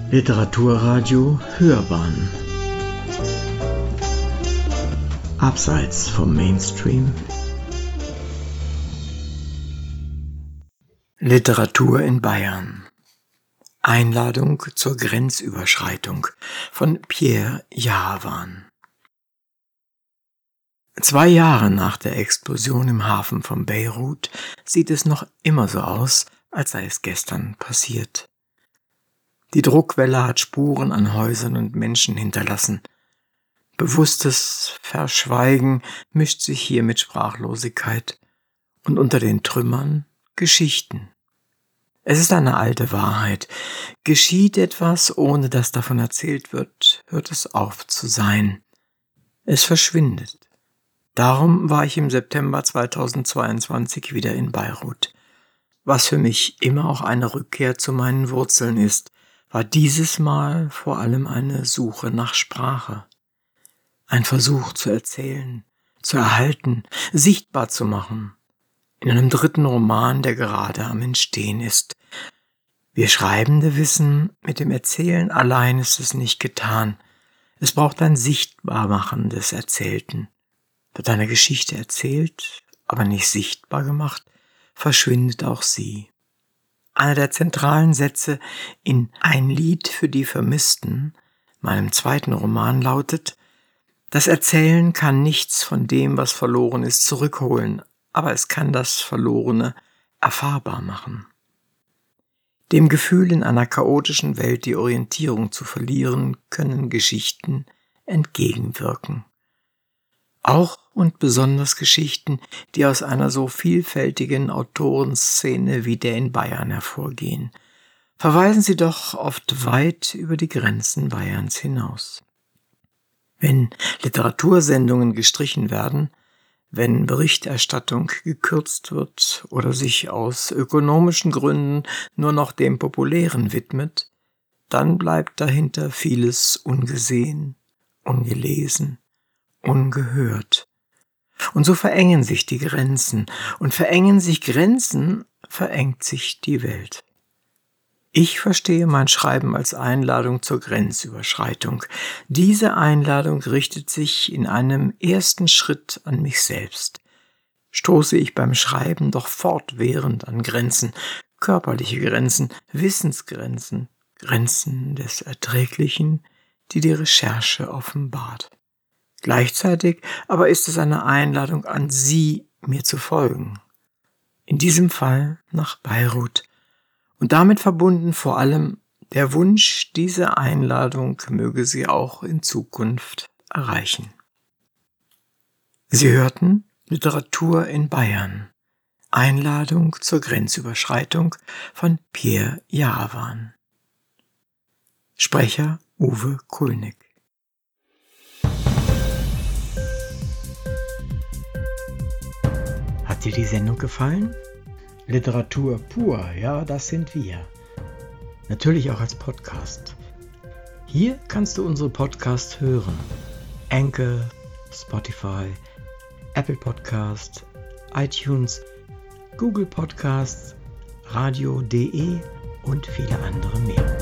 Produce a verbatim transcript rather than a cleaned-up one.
Literaturradio Hörbahn Abseits vom Mainstream. Literatur in Bayern. Einladung zur Grenzüberschreitung von Pierre Jahrwan. Zwei Jahre nach der Explosion im Hafen von Beirut sieht es noch immer so aus, als sei es gestern passiert. Die Druckwelle hat Spuren an Häusern und Menschen hinterlassen. Bewusstes Verschweigen mischt sich hier mit Sprachlosigkeit und unter den Trümmern Geschichten. Es ist eine alte Wahrheit. Geschieht etwas, ohne dass davon erzählt wird, hört es auf zu sein. Es verschwindet. Darum war ich im September zweitausendzweiundzwanzig wieder in Beirut. Was für mich immer auch eine Rückkehr zu meinen Wurzeln ist, war dieses Mal vor allem eine Suche nach Sprache. Ein Versuch zu erzählen, zu erhalten, sichtbar zu machen. In einem dritten Roman, der gerade am Entstehen ist. Wir Schreibende wissen, mit dem Erzählen allein ist es nicht getan. Es braucht ein Sichtbarmachen des Erzählten. Wird eine Geschichte erzählt, aber nicht sichtbar gemacht, verschwindet auch sie. Einer der zentralen Sätze in Ein Lied für die Vermissten, meinem zweiten Roman, lautet: Das Erzählen kann nichts von dem, was verloren ist, zurückholen, aber es kann das Verlorene erfahrbar machen. Dem Gefühl, in einer chaotischen Welt die Orientierung zu verlieren, können Geschichten entgegenwirken. Auch und besonders Geschichten, die aus einer so vielfältigen Autorenszene wie der in Bayern hervorgehen, verweisen sie doch oft weit über die Grenzen Bayerns hinaus. Wenn Literatursendungen gestrichen werden, wenn Berichterstattung gekürzt wird oder sich aus ökonomischen Gründen nur noch dem Populären widmet, dann bleibt dahinter vieles ungesehen, ungelesen, ungehört. Und so verengen sich die Grenzen, und verengen sich Grenzen, verengt sich die Welt. Ich verstehe mein Schreiben als Einladung zur Grenzüberschreitung. Diese Einladung richtet sich in einem ersten Schritt an mich selbst. Stoße ich beim Schreiben doch fortwährend an Grenzen, körperliche Grenzen, Wissensgrenzen, Grenzen des Erträglichen, die die Recherche offenbart. Gleichzeitig aber ist es eine Einladung an Sie, mir zu folgen. In diesem Fall nach Beirut. Und damit verbunden vor allem der Wunsch, diese Einladung möge Sie auch in Zukunft erreichen. Sie hörten Literatur in Bayern. Einladung zur Grenzüberschreitung von Pierre Jahrwan. Sprecher Uwe Kulnig. Hat dir die Sendung gefallen? Literatur pur, ja, das sind wir. Natürlich auch als Podcast. Hier kannst du unsere Podcasts hören. Anchor, Spotify, Apple Podcast, iTunes, Google Podcasts, radio punkt de und viele andere mehr.